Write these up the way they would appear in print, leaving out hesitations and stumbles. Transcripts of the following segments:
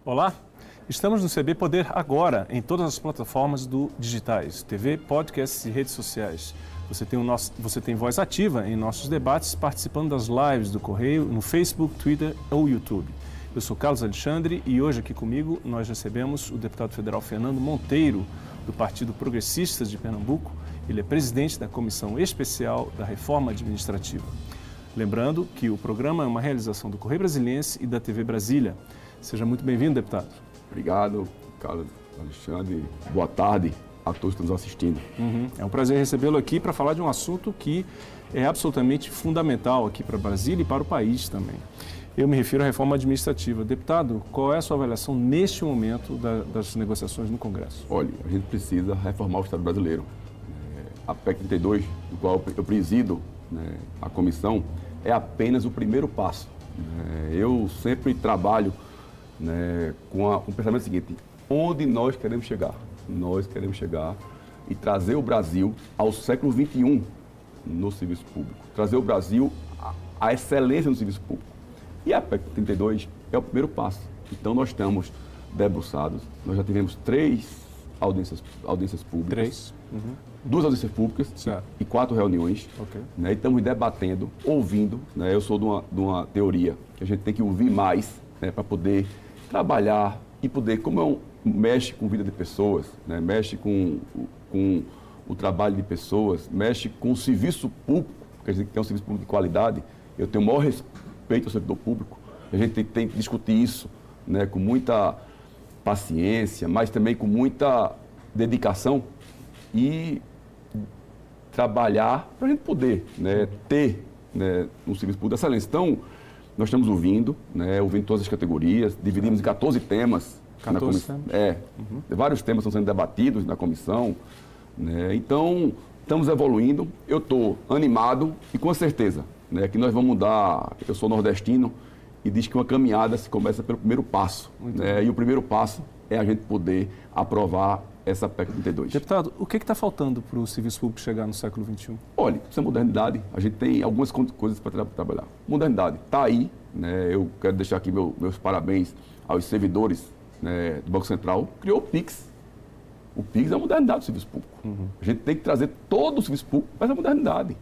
Olá, estamos no CB Poder agora, em todas as plataformas digitais, TV, podcasts e redes sociais. Você tem voz ativa em nossos debates, participando das lives do Correio no Facebook, Twitter ou YouTube. Eu sou Carlos Alexandre e hoje aqui comigo nós recebemos o deputado federal Fernando Monteiro, do Partido Progressistas de Pernambuco. Ele é presidente da Comissão Especial da Reforma Administrativa. Lembrando que o programa é uma realização do Correio Brasiliense e da TV Brasília. Seja muito bem-vindo, deputado. Obrigado, Carlos Alexandre. Boa tarde a todos que estão nos assistindo. É um prazer recebê-lo aqui para falar de um assunto que é absolutamente fundamental aqui para Brasília e para o país também. Eu me refiro à reforma administrativa. Deputado, qual é a sua avaliação neste momento das negociações no Congresso? Olha, a gente precisa reformar o Estado brasileiro. A PEC 32, do qual eu presido a comissão, é apenas o primeiro passo. Eu sempre trabalho com o pensamento seguinte: onde nós queremos chegar? Nós queremos chegar e trazer o Brasil ao século XXI no serviço público. Trazer o Brasil à excelência no serviço público. E a PEC 32 é o primeiro passo. Então nós estamos debruçados, nós já tivemos 3 audiências públicas. 3? 2 audiências públicas, certo, e 4 reuniões. Okay. E estamos debatendo, ouvindo. Eu sou de uma teoria que a gente tem que ouvir mais para poder trabalhar e poder, como mexe com a vida de pessoas, mexe com o trabalho de pessoas, mexe com o serviço público, porque a gente tem um serviço público de qualidade. Eu tenho o maior respeito ao servidor público. A gente tem que discutir isso com muita paciência, mas também com muita dedicação e trabalhar para a gente poder ter um serviço público de excelência. Então, nós estamos ouvindo todas as categorias, dividimos em 14 temas. 14 temas? Vários temas estão sendo debatidos na comissão. Então, estamos evoluindo. Eu estou animado e com certeza que nós vamos mudar. Eu sou nordestino e diz que uma caminhada se começa pelo primeiro passo. E o primeiro passo é a gente poder aprovar essa PEC 32. Deputado, o que está faltando para o serviço público chegar no século XXI? Olha, precisa de modernidade. A gente tem algumas coisas para trabalhar. Modernidade está aí. Eu quero deixar aqui meus parabéns aos servidores do Banco Central. Criou o PIX. O PIX é a modernidade do serviço público. A gente tem que trazer todo o serviço público para essa modernidade.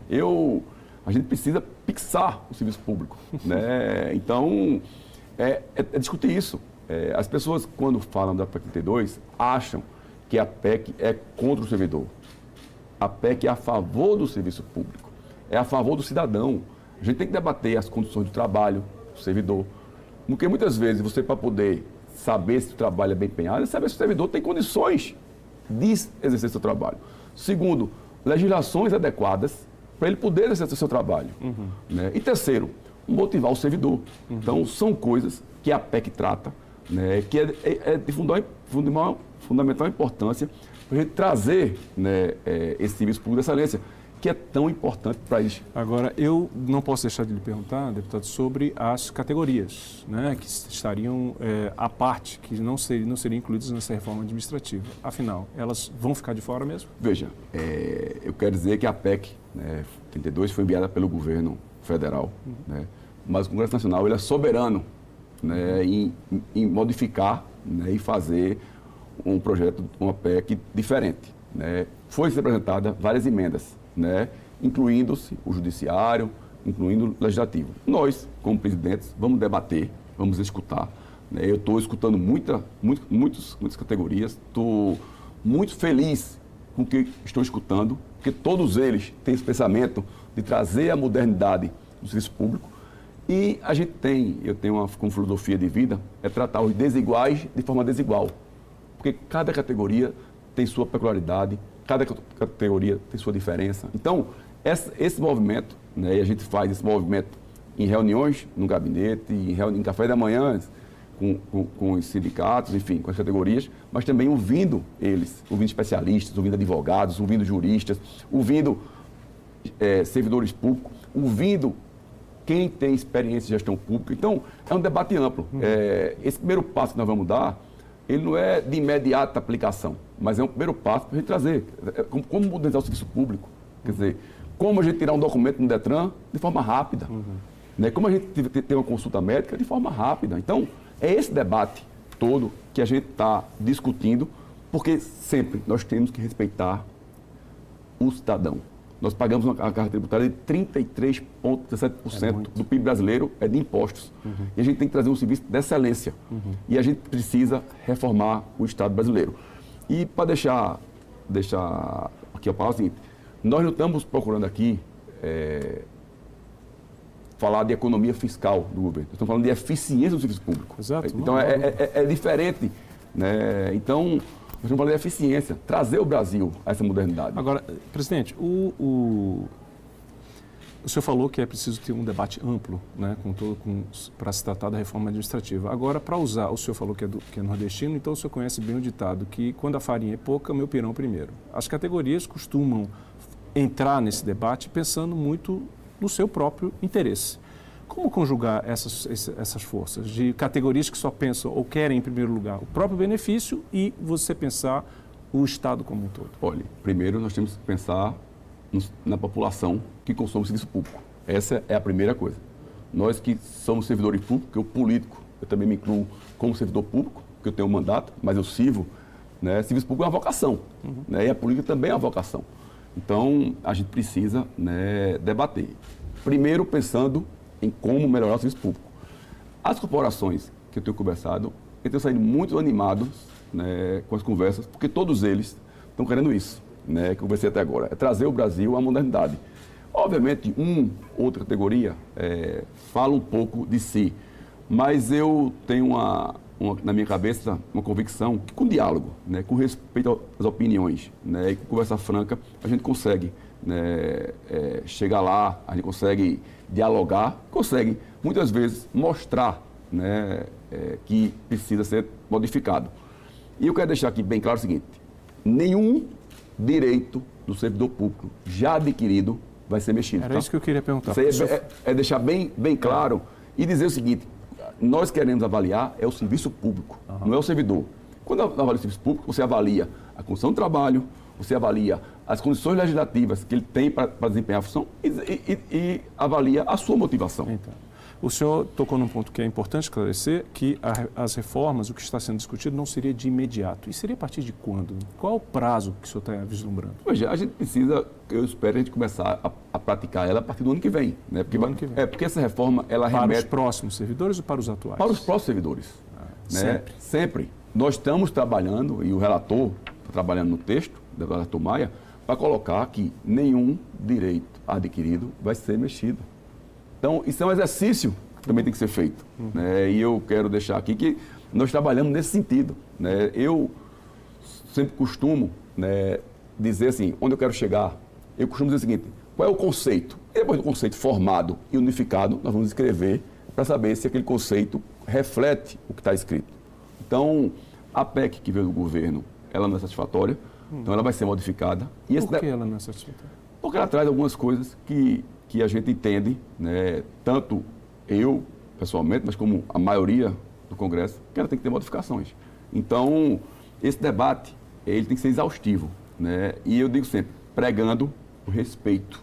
A gente precisa pixar o serviço público. Então, é discutir isso. As pessoas, quando falam da PEC 32, acham que a PEC é contra o servidor. A PEC é a favor do serviço público, é a favor do cidadão. A gente tem que debater as condições do trabalho do servidor. Porque muitas vezes você, para poder saber se o trabalho é bem empenhado, é saber se o servidor tem condições de exercer seu trabalho. Segundo, legislações adequadas para ele poder exercer seu trabalho. E terceiro, motivar o servidor. Então, são coisas que a PEC trata, que é de fundamental importância para a gente trazer esse serviço público de excelência, que é tão importante para isso. Agora, eu não posso deixar de lhe perguntar, deputado, sobre as categorias, que estariam à parte, que não seriam incluídas nessa reforma administrativa. Afinal, elas vão ficar de fora mesmo? Veja, eu quero dizer que a PEC 32 foi enviada pelo governo federal, mas o Congresso Nacional ele é soberano em modificar e fazer um projeto, uma PEC diferente. Foi apresentada várias emendas, incluindo-se o judiciário, incluindo o legislativo. Nós, como presidentes, vamos debater, vamos escutar. Eu estou escutando muitas categorias, estou muito feliz com o que estou escutando, porque todos eles têm esse pensamento de trazer a modernidade do serviço público. E eu tenho uma filosofia de vida, é tratar os desiguais de forma desigual. Porque cada categoria tem sua peculiaridade, cada categoria tem sua diferença. Então, esse movimento, e a gente faz esse movimento em reuniões no gabinete, em café da manhã, com os sindicatos, enfim, com as categorias, mas também ouvindo eles, ouvindo especialistas, ouvindo advogados, ouvindo juristas, ouvindo servidores públicos, ouvindo quem tem experiência em gestão pública. Então, é um debate amplo. Esse primeiro passo que nós vamos dar, ele não é de imediata aplicação, mas é um primeiro passo para a gente trazer. Como modernizar o serviço público? Quer dizer, como a gente tirar um documento no Detran de forma rápida. Como a gente ter uma consulta médica de forma rápida. Então, é esse debate todo que a gente está discutindo, porque sempre nós temos que respeitar o cidadão. Nós pagamos uma carga tributária de 33,17% do PIB brasileiro é de impostos. E a gente tem que trazer um serviço de excelência. E a gente precisa reformar o Estado brasileiro. E para deixar aqui a palavra, é o seguinte, nós não estamos procurando aqui falar de economia fiscal do governo. Nós estamos falando de eficiência do serviço público. Exato. Então, é diferente. Né? Então, nós estamos falando de eficiência, trazer o Brasil a essa modernidade. Agora, presidente, o senhor falou que é preciso ter um debate amplo, né, para se tratar da reforma administrativa. Agora, para usar, o senhor falou que é nordestino, então o senhor conhece bem o ditado que quando a farinha é pouca, meu pirão primeiro. As categorias costumam entrar nesse debate pensando muito no seu próprio interesse. Como conjugar essas forças de categorias que só pensam ou querem, em primeiro lugar, o próprio benefício e você pensar o Estado como um todo? Olha, primeiro nós temos que pensar na população que consome serviço público. Essa é a primeira coisa. Nós que somos servidores públicos, que o político, eu também me incluo como servidor público, porque eu tenho um mandato, mas eu sirvo, né? Serviço público é uma vocação, né? E a política também é uma vocação. Então, a gente precisa, né, debater. Primeiro, pensando em como melhorar o serviço público. As corporações que eu tenho conversado, eu tenho saído muito animados, né, com as conversas, porque todos eles estão querendo isso, né, que eu conversei até agora, é trazer o Brasil à modernidade. Obviamente, outra categoria fala um pouco de si, mas eu tenho na minha cabeça uma convicção que com diálogo, né, com respeito às opiniões, né, e com conversa franca, a gente consegue, né, chegar lá, a gente consegue dialogar, consegue muitas vezes mostrar, né, que precisa ser modificado. E eu quero deixar aqui bem claro o seguinte, nenhum direito do servidor público já adquirido vai ser mexido. Era isso que eu queria perguntar. Isso é deixar bem claro e dizer o seguinte, nós queremos avaliar o serviço público, não é o servidor. Quando avalia o serviço público, você avalia a condição do trabalho, você avalia as condições legislativas que ele tem para desempenhar a função e avalia a sua motivação. Então, o senhor tocou num ponto que é importante esclarecer, que as reformas, o que está sendo discutido, não seria de imediato. E seria a partir de quando? Qual é o prazo que o senhor está vislumbrando? Pois é, a gente precisa, eu espero a gente começar a praticar ela a partir do ano que vem. Né? Porque, ano que vem. Porque essa reforma, ela remete... Para os próximos servidores ou para os atuais? Para os próximos servidores. Né? Sempre. Nós estamos trabalhando, e o relator está trabalhando no texto, do relator Maia, para colocar que nenhum direito adquirido vai ser mexido. Então, isso é um exercício que também tem que ser feito. Né? E eu quero deixar aqui que nós trabalhamos nesse sentido. Né? Eu sempre costumo, né, dizer assim, onde eu quero chegar, eu costumo dizer o seguinte, qual é o conceito? E depois do conceito formado e unificado, nós vamos escrever para saber se aquele conceito reflete o que está escrito. Então, a PEC que veio do governo, ela não é satisfatória, então ela vai ser modificada. E Por que ela não é satisfatória? Porque ela traz algumas coisas que a gente entende, né, tanto eu, pessoalmente, mas como a maioria do Congresso, que ela tem que ter modificações. Então, esse debate, ele tem que ser exaustivo, né? E eu digo sempre, pregando o respeito.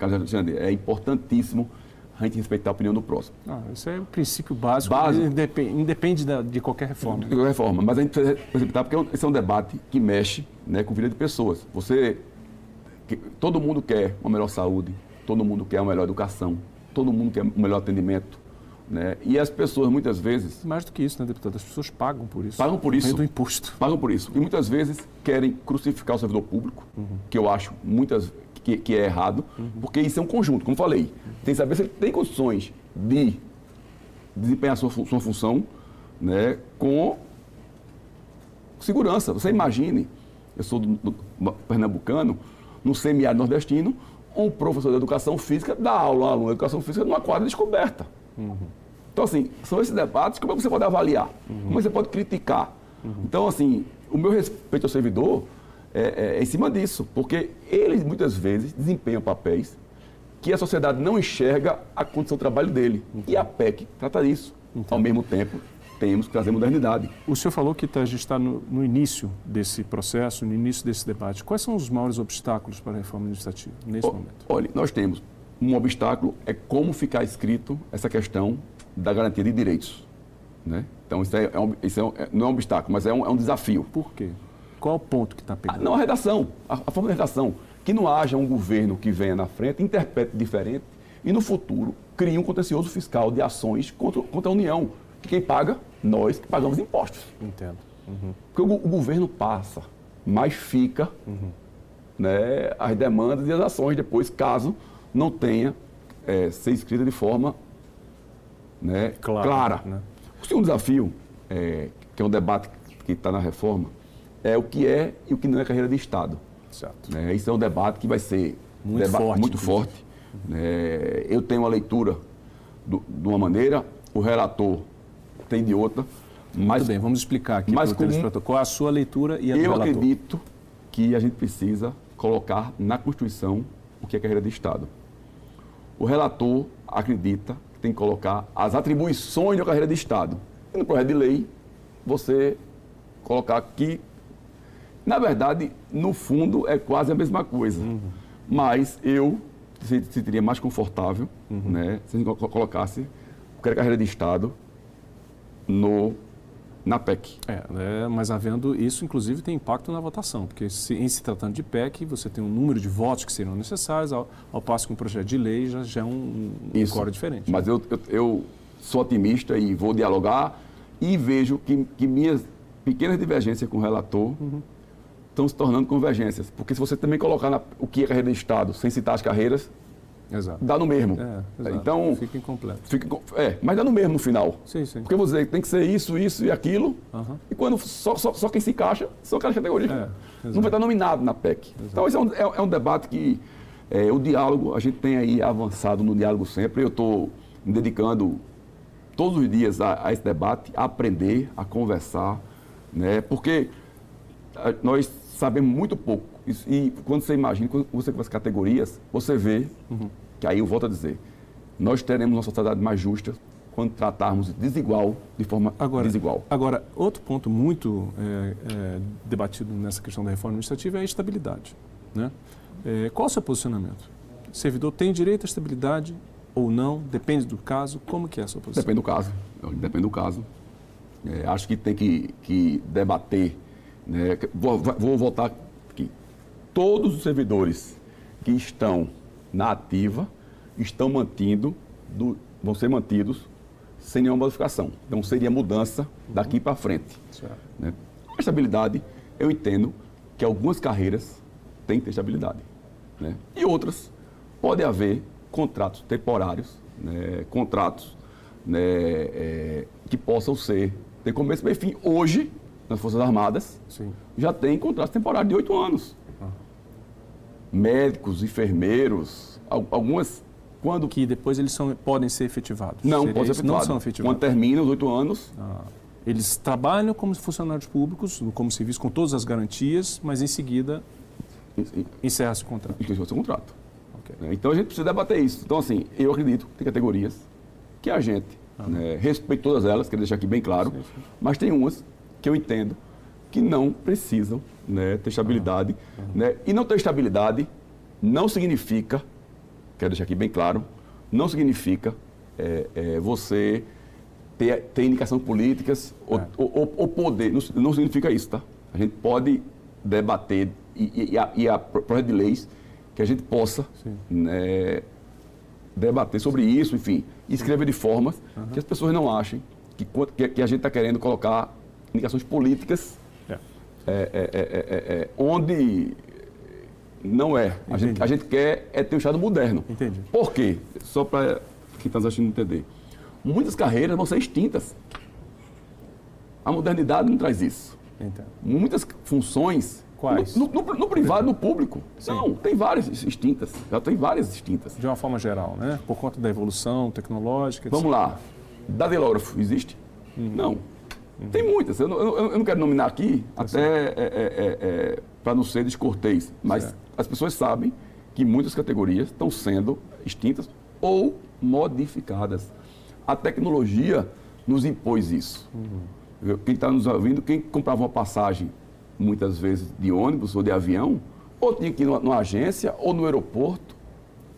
É importantíssimo a gente respeitar a opinião do próximo. Isso é o princípio básico. Independe de qualquer reforma. De qualquer reforma, mas a gente precisa respeitar porque esse é um debate que mexe, né, com a vida de pessoas. Todo mundo quer uma melhor saúde, todo mundo quer uma melhor educação, todo mundo quer um melhor atendimento, né? E as pessoas, muitas vezes... Mais do que isso, né, deputado? As pessoas pagam por isso. Pagam por isso. Do imposto. Pagam por isso. E muitas vezes querem crucificar o servidor público, que eu acho que é errado, porque isso é um conjunto, como falei. Tem que saber se ele tem condições de desempenhar sua função, né, com segurança. Você imagine, eu sou do pernambucano, no semiárido nordestino, um professor de educação física dá aula a aluno de educação física numa quadra descoberta. Então, assim, são esses debates que você pode avaliar, como você pode criticar. Então, assim, o meu respeito ao servidor é em cima disso, porque eles, muitas vezes, desempenham papéis que a sociedade não enxerga a condição do trabalho dele. E a PEC trata disso. Ao mesmo tempo, temos que trazer modernidade. O senhor falou que a gente está no início desse processo, no início desse debate. Quais são os maiores obstáculos para a reforma administrativa nesse momento? Olha, nós temos um obstáculo, é como ficar escrito essa questão da garantia de direitos. Né? Então, não é um obstáculo, mas é um desafio. Por quê? Qual é o ponto que está pegando? Não, a redação. A forma de redação. Que não haja um governo que venha na frente, interprete diferente e, no futuro, crie um contencioso fiscal de ações contra a União. Quem paga? Nós que pagamos impostos. Entendo. Uhum. Porque o governo passa, mas fica né, as demandas e as ações depois, caso não tenha ser escrita de forma né, clara. Né? O segundo desafio, que é um debate que está na reforma, é o que é e o que não é carreira de Estado. Certo. Isso é um debate que vai ser muito forte. Eu tenho uma leitura de uma maneira, o relator tem de outra. Muito bem, vamos explicar aqui para o telespectador qual é a sua leitura e a do relator. Eu acredito que a gente precisa colocar na Constituição o que é carreira de Estado. O relator acredita que tem que colocar as atribuições da carreira de Estado. E no projeto de lei, você colocar que, na verdade, no fundo, é quase a mesma coisa. Mas eu se sentiria mais confortável né, se a gente colocasse o que é carreira de Estado na PEC. Mas havendo isso, inclusive, tem impacto na votação, porque em se tratando de PEC, você tem um número de votos que seriam necessários, ao passo que um projeto de lei já é um coro diferente. Mas eu sou otimista e vou dialogar e vejo que minhas pequenas divergências com o relator estão se tornando convergências. Porque se você também colocar o que é carreira de Estado, sem citar as carreiras, exato, dá no mesmo. Então, fica incompleto. Mas dá no mesmo no final. Sim, sim. Porque você tem que ser isso e aquilo. E quando só quem se encaixa são aquelas categorias. Não vai estar nominado na PEC. Exato. Então, esse é um debate que o diálogo, a gente tem aí avançado no diálogo sempre. Eu estou me dedicando todos os dias a esse debate, a aprender, a conversar, né? Porque nós sabemos muito pouco. E quando você imagina, quando você com as categorias, você vê que aí eu volto a dizer, nós teremos uma sociedade mais justa quando tratarmos desigual de forma desigual. Agora, outro ponto muito debatido nessa questão da reforma administrativa é a estabilidade. Né? Qual o seu posicionamento? O servidor tem direito à estabilidade ou não? Depende do caso? Como que é a sua posição? Depende do caso. Depende do caso. Acho que tem que debater. Né? Vou voltar aqui. Todos os servidores que estão na ativa vão ser mantidos sem nenhuma modificação. Então, seria mudança daqui para frente. Né? A estabilidade, eu entendo que algumas carreiras têm que ter estabilidade. Né? E outras, pode haver contratos temporários, né? Contratos né? Que possam ter começo, meio e fim. Hoje, nas Forças Armadas, já tem contratos temporários de 8 anos. Médicos, enfermeiros, algumas... Que depois eles podem ser efetivados? Não, podem ser efetivados. Não são efetivados. Quando termina os 8 anos... Eles trabalham como funcionários públicos, como serviço, com todas as garantias, mas em seguida encerra-se o contrato. Encerra-se o contrato. Okay. Então a gente precisa debater isso. Então, assim, eu acredito que tem categorias que a gente respeita todas elas, quero deixar aqui bem claro, mas tem umas que eu entendo que não precisam né, ter estabilidade. Né? E não ter estabilidade não significa, quero deixar aqui bem claro, não significa você ter indicação políticas ou poder. Não significa isso, tá? A gente pode debater e a projeto de leis que a gente possa né, debater sobre isso, enfim, escrever de formas que as pessoas não achem que a gente está querendo colocar indicações políticas onde não é. A gente quer ter um Estado moderno. Entendi. Por quê? Só para quem está assistindo entender. Muitas carreiras vão ser extintas. A modernidade não traz isso. Entendo. Muitas funções... Quais? No privado, no público. Sim. Não, tem várias extintas. Já tem várias extintas. De uma forma geral, né? Por conta da evolução tecnológica. Etc. Vamos lá. Datilógrafo existe? Não. Tem muitas. Eu não quero nominar aqui, até para não ser descortês. Mas as pessoas sabem que muitas categorias estão sendo extintas ou modificadas. A tecnologia nos impôs isso. Quem está nos ouvindo, quem comprava uma passagem muitas vezes de ônibus ou de avião, ou tinha que ir numa agência ou no aeroporto,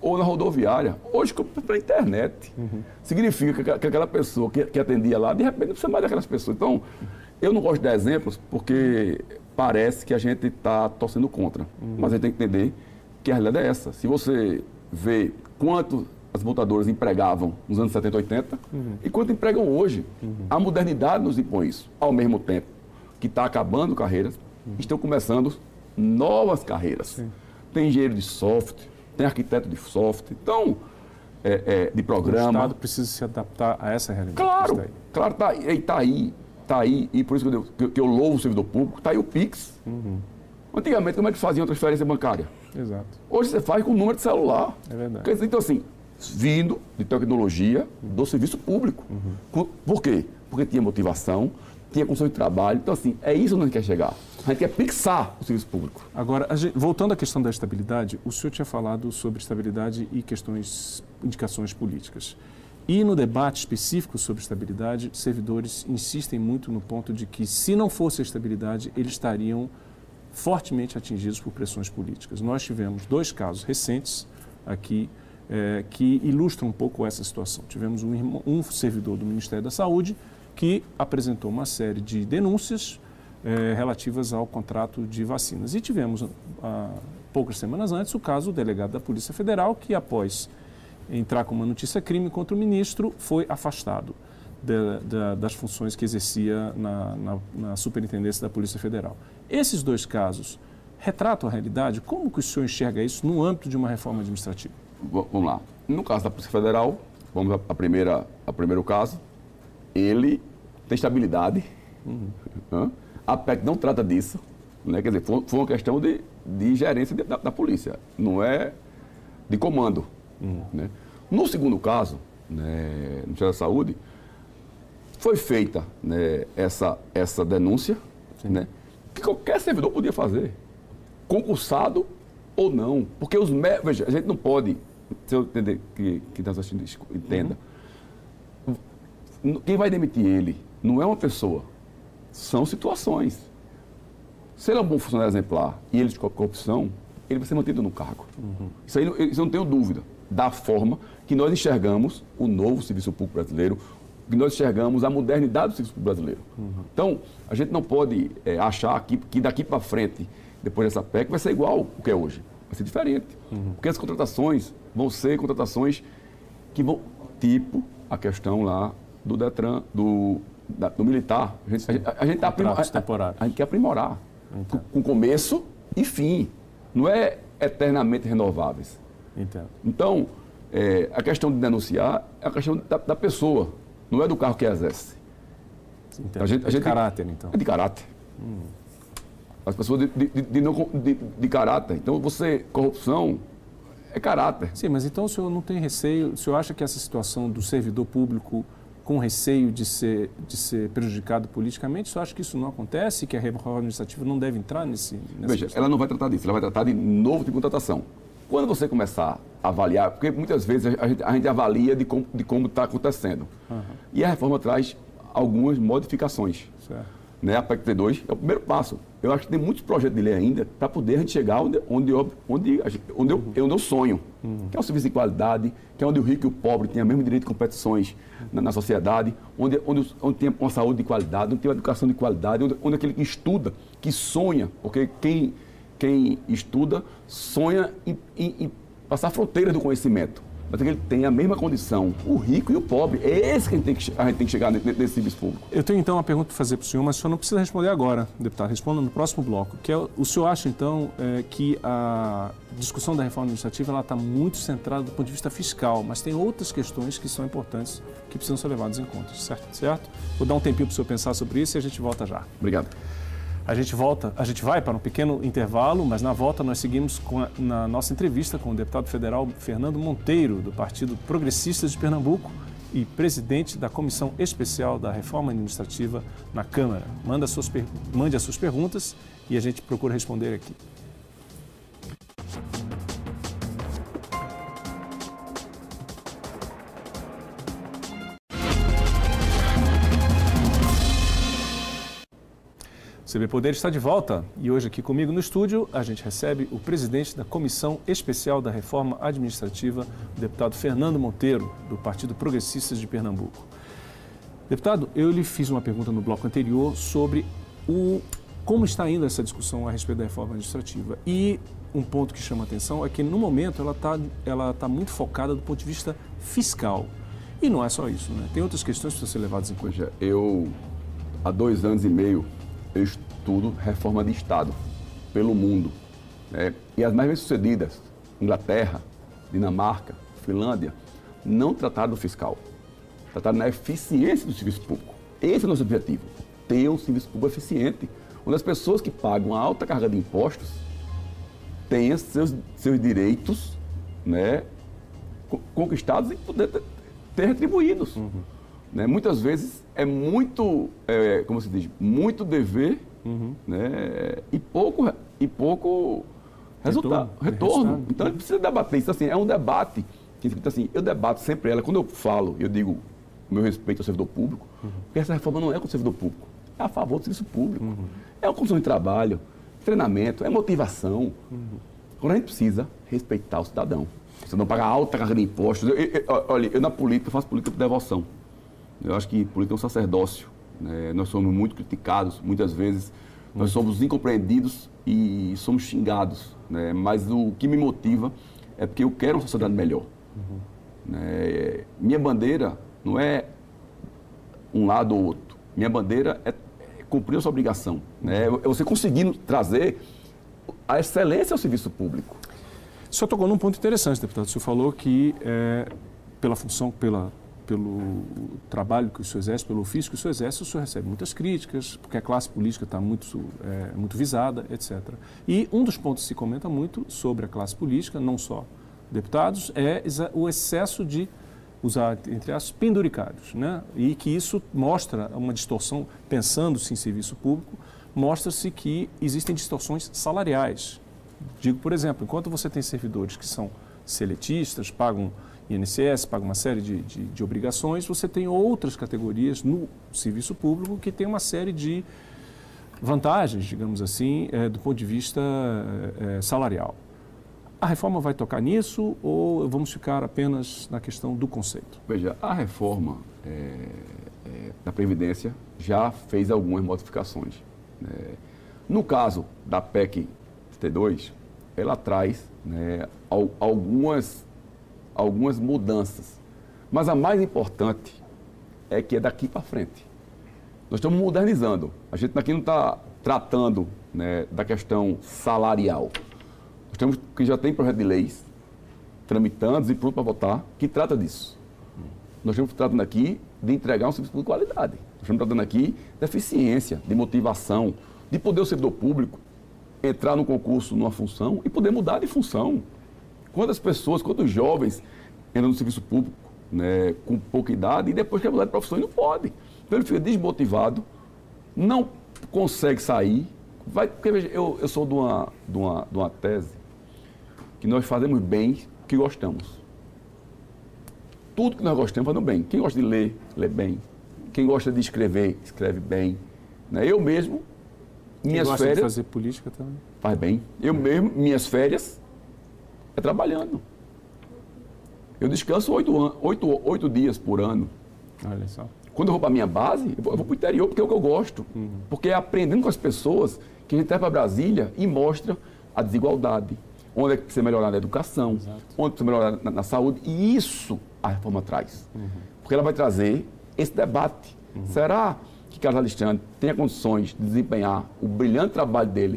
ou na rodoviária. Hoje, pela internet. Significa que aquela pessoa que atendia lá, de repente, não precisa mais daquelas pessoas. Então, eu não gosto de dar exemplos porque parece que a gente está torcendo contra. Mas a gente tem que entender que a realidade é essa. Se você vê quanto as montadoras empregavam nos anos 70 e 80 e quanto empregam hoje, a modernidade nos impõe isso. Ao mesmo tempo que está acabando carreiras, estão começando novas carreiras. Sim. Tem engenheiro de software, tem arquiteto de software, então, de programa. O Estado precisa se adaptar a essa realidade. Claro, está aí, e por isso que eu louvo o servidor público, está aí o Pix. Antigamente, como é que faziam transferência bancária? Exato. Hoje você faz com o número de celular. É verdade. Então, assim, vindo de tecnologia do serviço público. Por quê? Porque tinha motivação, tinha condição de trabalho. Então, assim, é isso que a gente quer chegar. A gente quer fixar o serviço público. Agora, voltando à questão da estabilidade, o senhor tinha falado sobre estabilidade e indicações políticas. E no debate específico sobre estabilidade, servidores insistem muito no ponto de que, se não fosse a estabilidade, eles estariam fortemente atingidos por pressões políticas. Nós tivemos 2 casos recentes aqui que ilustram um pouco essa situação. Tivemos um servidor do Ministério da Saúde que apresentou uma série de denúncias relativas ao contrato de vacinas. E tivemos, poucas semanas antes, o caso do delegado da Polícia Federal que, após entrar com uma notícia crime contra o ministro, foi afastado das funções que exercia na Superintendência da Polícia Federal. Esses 2 casos retratam a realidade? Como que o senhor enxerga isso no âmbito de uma reforma administrativa? Vamos lá. No caso da Polícia Federal, vamos ao primeiro caso, ele tem estabilidade. A PEC não trata disso. Né? Quer dizer, foi uma questão de gerência da polícia, não é de comando. Né? No segundo caso, né, no Ministério da Saúde, foi feita, né, essa denúncia, né, que qualquer servidor podia fazer, concursado ou não. Porque veja, a gente não pode, se eu entender que está assistindo, entenda, quem vai demitir ele não é uma pessoa, são situações. Se ele é um bom funcionário exemplar e ele de corrupção, ele vai ser mantido no cargo. Isso aí eu não tenho dúvida, da forma que nós enxergamos o novo serviço público brasileiro, que nós enxergamos a modernidade do serviço público brasileiro. Então, a gente não pode achar que daqui para frente, depois dessa PEC, vai ser igual o que é hoje. Vai ser diferente. Porque as contratações vão ser contratações que vão, tipo a questão lá do Detran, do militar. A gente quer aprimorar. Com começo e fim. Não é eternamente renováveis. Entendo. Então, a questão de denunciar é a questão da pessoa, não é do cargo que exerce. A gente de caráter, então. É de caráter. As pessoas de caráter. Então, corrupção é caráter. Sim, mas então o senhor não tem receio, o senhor acha que essa situação do servidor público com receio de ser prejudicado politicamente, o senhor acha que isso não acontece, que a reforma administrativa não deve entrar nessa Veja, questão? Ela não vai tratar disso, ela vai tratar de novo tipo de contratação. Quando você começar a avaliar, porque muitas vezes a gente avalia de como está acontecendo. E a reforma traz algumas modificações. Certo. Né? A PEC T2 é o primeiro passo. Eu acho que tem muitos projetos de lei ainda para poder a gente chegar onde eu sonho, que é o serviço de qualidade, que é onde o rico e o pobre têm o mesmo direito de competições na sociedade, onde tem uma saúde de qualidade, onde tem uma educação de qualidade, onde aquele que estuda, que sonha, porque quem estuda sonha em passar fronteiras do conhecimento, mas que ele tem a mesma condição, o rico e o pobre. É esse que a gente tem que chegar nesse serviço público. Eu tenho então uma pergunta para fazer para o senhor, mas o senhor não precisa responder agora, deputado, responda no próximo bloco. O senhor acha então que a discussão da reforma administrativa está muito centrada do ponto de vista fiscal, mas tem outras questões que são importantes, que precisam ser levadas em conta, certo? Vou dar um tempinho para o senhor pensar sobre isso e a gente volta já. Obrigado. A gente vai para um pequeno intervalo, mas na volta nós seguimos na nossa entrevista com o deputado federal Fernando Monteiro, do Partido Progressista de Pernambuco e presidente da Comissão Especial da Reforma Administrativa na Câmara. Mande as suas perguntas e a gente procura responder aqui. CB Poder está de volta e hoje aqui comigo no estúdio a gente recebe o presidente da Comissão Especial da Reforma Administrativa, o deputado Fernando Monteiro, do Partido Progressistas de Pernambuco. Deputado, eu lhe fiz uma pergunta no bloco anterior sobre como está indo essa discussão a respeito da reforma administrativa. E um ponto que chama a atenção é que, no momento, ela tá muito focada do ponto de vista fiscal. E não é só isso, né? Tem outras questões que precisam ser levadas em conta. Eu, há 2 anos e meio, eu estudo reforma de Estado pelo mundo. Né? E as mais bem-sucedidas, Inglaterra, Dinamarca, Finlândia, não trataram do fiscal. Trataram na eficiência do serviço público. Esse é o nosso objetivo, ter um serviço público eficiente, onde as pessoas que pagam uma alta carga de impostos tenham seus direitos, né, conquistados e poder ter retribuídos. Né? Muitas vezes é muito, como se diz, muito dever, né, e pouco retorno. Então, ele precisa debater isso. Assim, é um debate. Assim, eu debato sempre ela. Quando eu falo, eu digo o meu respeito ao servidor público, porque essa reforma não é com o servidor público, é a favor do serviço público. É uma condição de trabalho, treinamento, é motivação. Agora, a gente precisa respeitar o cidadão. Você não paga alta carga de impostos. Olha, eu na política, eu faço política por devoção. Eu acho que política é um sacerdócio. Né? Nós somos muito criticados, muitas vezes. Nós somos incompreendidos e somos xingados. Né? Mas o que me motiva é porque eu quero uma sociedade melhor. Né? Minha bandeira não é um lado ou outro. Minha bandeira é cumprir a sua obrigação. Né? É você conseguindo trazer a excelência ao serviço público. O senhor tocou num ponto interessante, deputado. O senhor falou que pela função, pelo trabalho que o senhor exerce, pelo ofício que o senhor exerce, o senhor recebe muitas críticas, porque a classe política está muito visada, etc. E um dos pontos que se comenta muito sobre a classe política, não só deputados, é o excesso de usar, entre aspas, penduricários, né? E que isso mostra uma distorção, pensando-se em serviço público, mostra-se que existem distorções salariais. Digo, por exemplo, enquanto você tem servidores que são seletistas, pagam INSS, pagam uma série de obrigações, você tem outras categorias no serviço público que tem uma série de vantagens, digamos assim, do ponto de vista salarial. A reforma vai tocar nisso ou vamos ficar apenas na questão do conceito? Veja, a reforma da Previdência já fez algumas modificações. No caso da PEC 32, ela traz, né, algumas mudanças. Mas a mais importante é que é daqui para frente. Nós estamos modernizando. A gente aqui não está tratando, né, da questão salarial. Nós temos que já tem projeto de leis tramitando e pronto para votar que trata disso. Nós estamos tratando aqui de entregar um serviço de qualidade. Nós estamos tratando aqui de eficiência, de motivação, de poder o servidor público entrar no concurso numa função e poder mudar de função. Quantas jovens entram no serviço público, né, com pouca idade e depois quer mudar de profissão e não pode. Então ele fica desmotivado, não consegue sair. Porque veja, eu sou de uma tese que nós fazemos bem o que gostamos. Tudo que nós gostamos, fazemos bem. Quem gosta de ler, lê bem. Quem gosta de escrever, escreve bem. Né? Eu mesmo, minhas gosta férias... de fazer política também? Faz bem. Eu mesmo, minhas férias, é trabalhando. Eu descanso 8 dias por ano. Olha só. Quando eu vou para a minha base, eu vou para o interior porque é o que eu gosto. Porque é aprendendo com as pessoas que a gente vai para Brasília e mostra a desigualdade. Onde é que precisa melhorar na educação, onde precisa melhorar na saúde. E isso a reforma traz. Porque ela vai trazer esse debate. Será que Carlos Alexandre tem condições de desempenhar o brilhante trabalho dele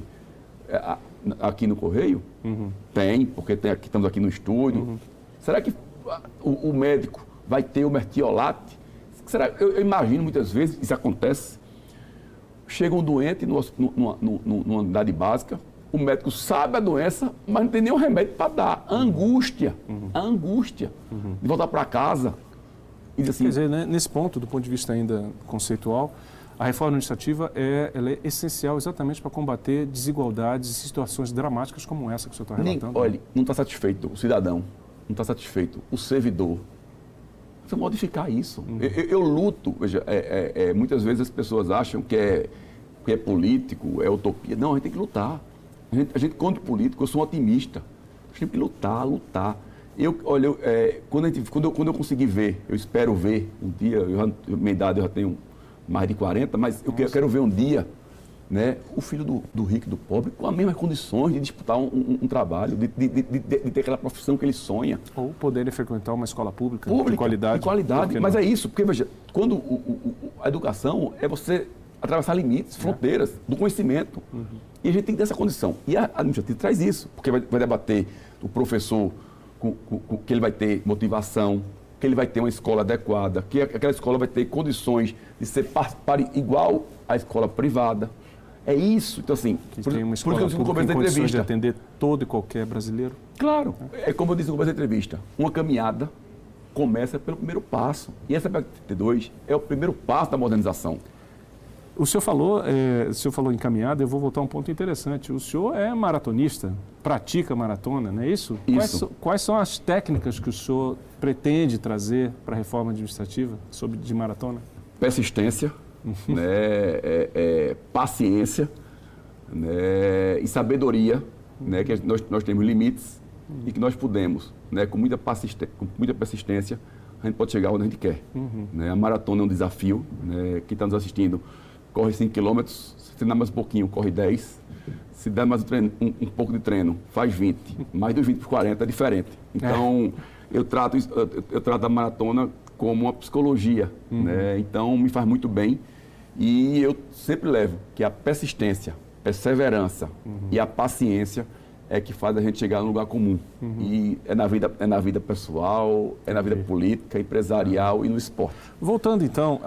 aqui no Correio? Tem, porque estamos aqui no estúdio. Será que o médico vai ter o mertiolate? Será? Eu imagino muitas vezes, isso acontece, chega um doente numa unidade básica, o médico sabe a doença, mas não tem nenhum remédio para dar. A angústia de voltar para casa e dizer assim... Quer dizer, né, nesse ponto, do ponto de vista ainda conceitual, a reforma administrativa ela é essencial exatamente para combater desigualdades e situações dramáticas como essa que o senhor está relatando. Olha, não está satisfeito o cidadão, não está satisfeito o servidor. Precisa modificar isso. Eu luto, veja, muitas vezes as pessoas acham que porque é político, é utopia. Não, a gente tem que lutar. A gente contra o político, eu sou um otimista. A gente tem que lutar. Quando eu conseguir ver, eu espero ver um dia, minha idade eu já tenho mais de 40, mas eu quero ver um dia, né, o filho do rico e do pobre com as mesmas condições de disputar um trabalho, de ter aquela profissão que ele sonha. Ou poderem frequentar uma escola pública de qualidade. De qualidade, mas é isso, porque veja, quando a educação é você atravessar limites, fronteiras do conhecimento. E a gente tem que ter essa condição. E a administrativa traz isso, porque vai debater o professor que ele vai ter motivação, que ele vai ter uma escola adequada, que aquela escola vai ter condições de ser igual à escola privada. É isso. Então, assim, por isso que eu disse no começo da entrevista, de atender todo e qualquer brasileiro. Claro. É como eu disse no começo da entrevista, uma caminhada começa pelo primeiro passo. E essa PEC 32 é o primeiro passo da modernização. O senhor falou em caminhada, eu vou voltar a um ponto interessante. O senhor é maratonista, pratica maratona, não é isso? Isso. Quais são as técnicas que o senhor pretende trazer para a reforma administrativa de maratona? Persistência, né, paciência, né, e sabedoria, né, que nós temos limites e que nós podemos, né, com muita persistência, a gente pode chegar onde a gente quer. Né? A maratona é um desafio, né? Quem está nos assistindo corre 5 km, se der mais um pouquinho, corre 10. Se der mais um pouco de treino, faz 20. Mais dos 20 por 40 é diferente. Então, eu trato a maratona como uma psicologia. Né? Então, me faz muito bem. E eu sempre levo que a persistência, perseverança e a paciência é que faz a gente chegar num lugar comum. E é na vida pessoal, é na vida política, empresarial e no esporte. Voltando então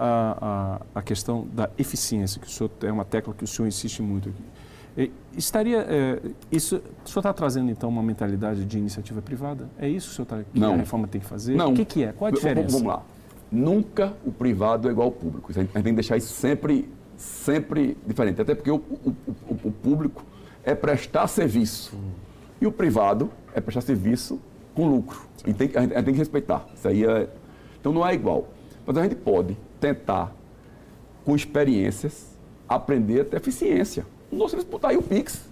à questão da eficiência, que o senhor é uma tecla que o senhor insiste muito aqui. O senhor está trazendo então uma mentalidade de iniciativa privada? É isso que a reforma tem que fazer? Não. O que é? Qual a diferença? Vamos lá. Nunca o privado é igual ao público. A gente tem que deixar isso sempre diferente. Até porque o público é prestar serviço. E o privado é prestar serviço com lucro. E a gente tem que respeitar. Isso aí então não é igual. Mas a gente pode tentar, com experiências, aprender a ter eficiência. Nós temos que botar aí o Pix.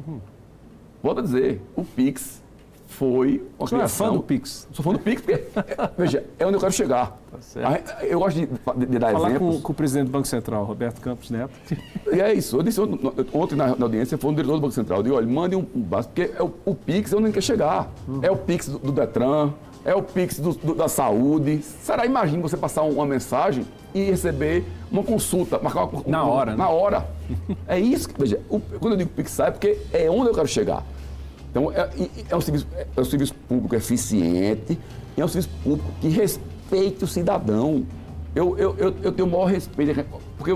Volto a dizer, o Pix foi uma criação. Você é fã do Pix? Sou fã do Pix porque, veja, é onde eu quero chegar. Tá certo. Eu gosto de dar exemplos. Falar com o presidente do Banco Central, Roberto Campos Neto. E é isso. Eu disse ontem na audiência, foi um diretor do Banco Central. Eu disse, olha, mande um básico, porque o Pix é onde ele quer chegar. É o Pix do Detran, é o Pix da saúde. Será, imagina você passar uma mensagem e receber uma consulta, marcar na hora. Na hora. É isso que, veja, quando eu digo Pix sai, é porque é onde eu quero chegar. Então, é um serviço público eficiente, é um serviço público que respeite o cidadão. Eu tenho o maior respeito, porque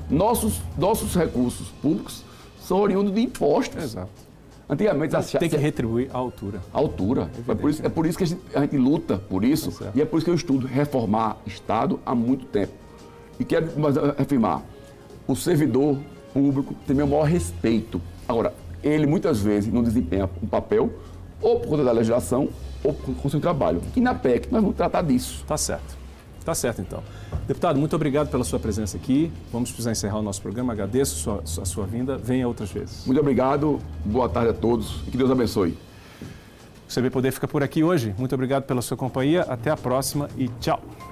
nossos recursos públicos são oriundos de impostos. Exato. Antigamente, tem que retribuir à altura. À altura. É por isso que a gente luta por isso, e é por isso que eu estudo reformar Estado há muito tempo. E quero afirmar, o servidor público tem meu maior respeito. Agora, ele muitas vezes não desempenha um papel, ou por conta da legislação, ou por conta do seu trabalho. E na PEC nós vamos tratar disso. Tá certo. Tá certo, então. Deputado, muito obrigado pela sua presença aqui. Vamos precisar encerrar o nosso programa. Agradeço a sua vinda. Venha outras vezes. Muito obrigado. Boa tarde a todos e que Deus abençoe. O CB Poder fica por aqui hoje. Muito obrigado pela sua companhia. Até a próxima e tchau.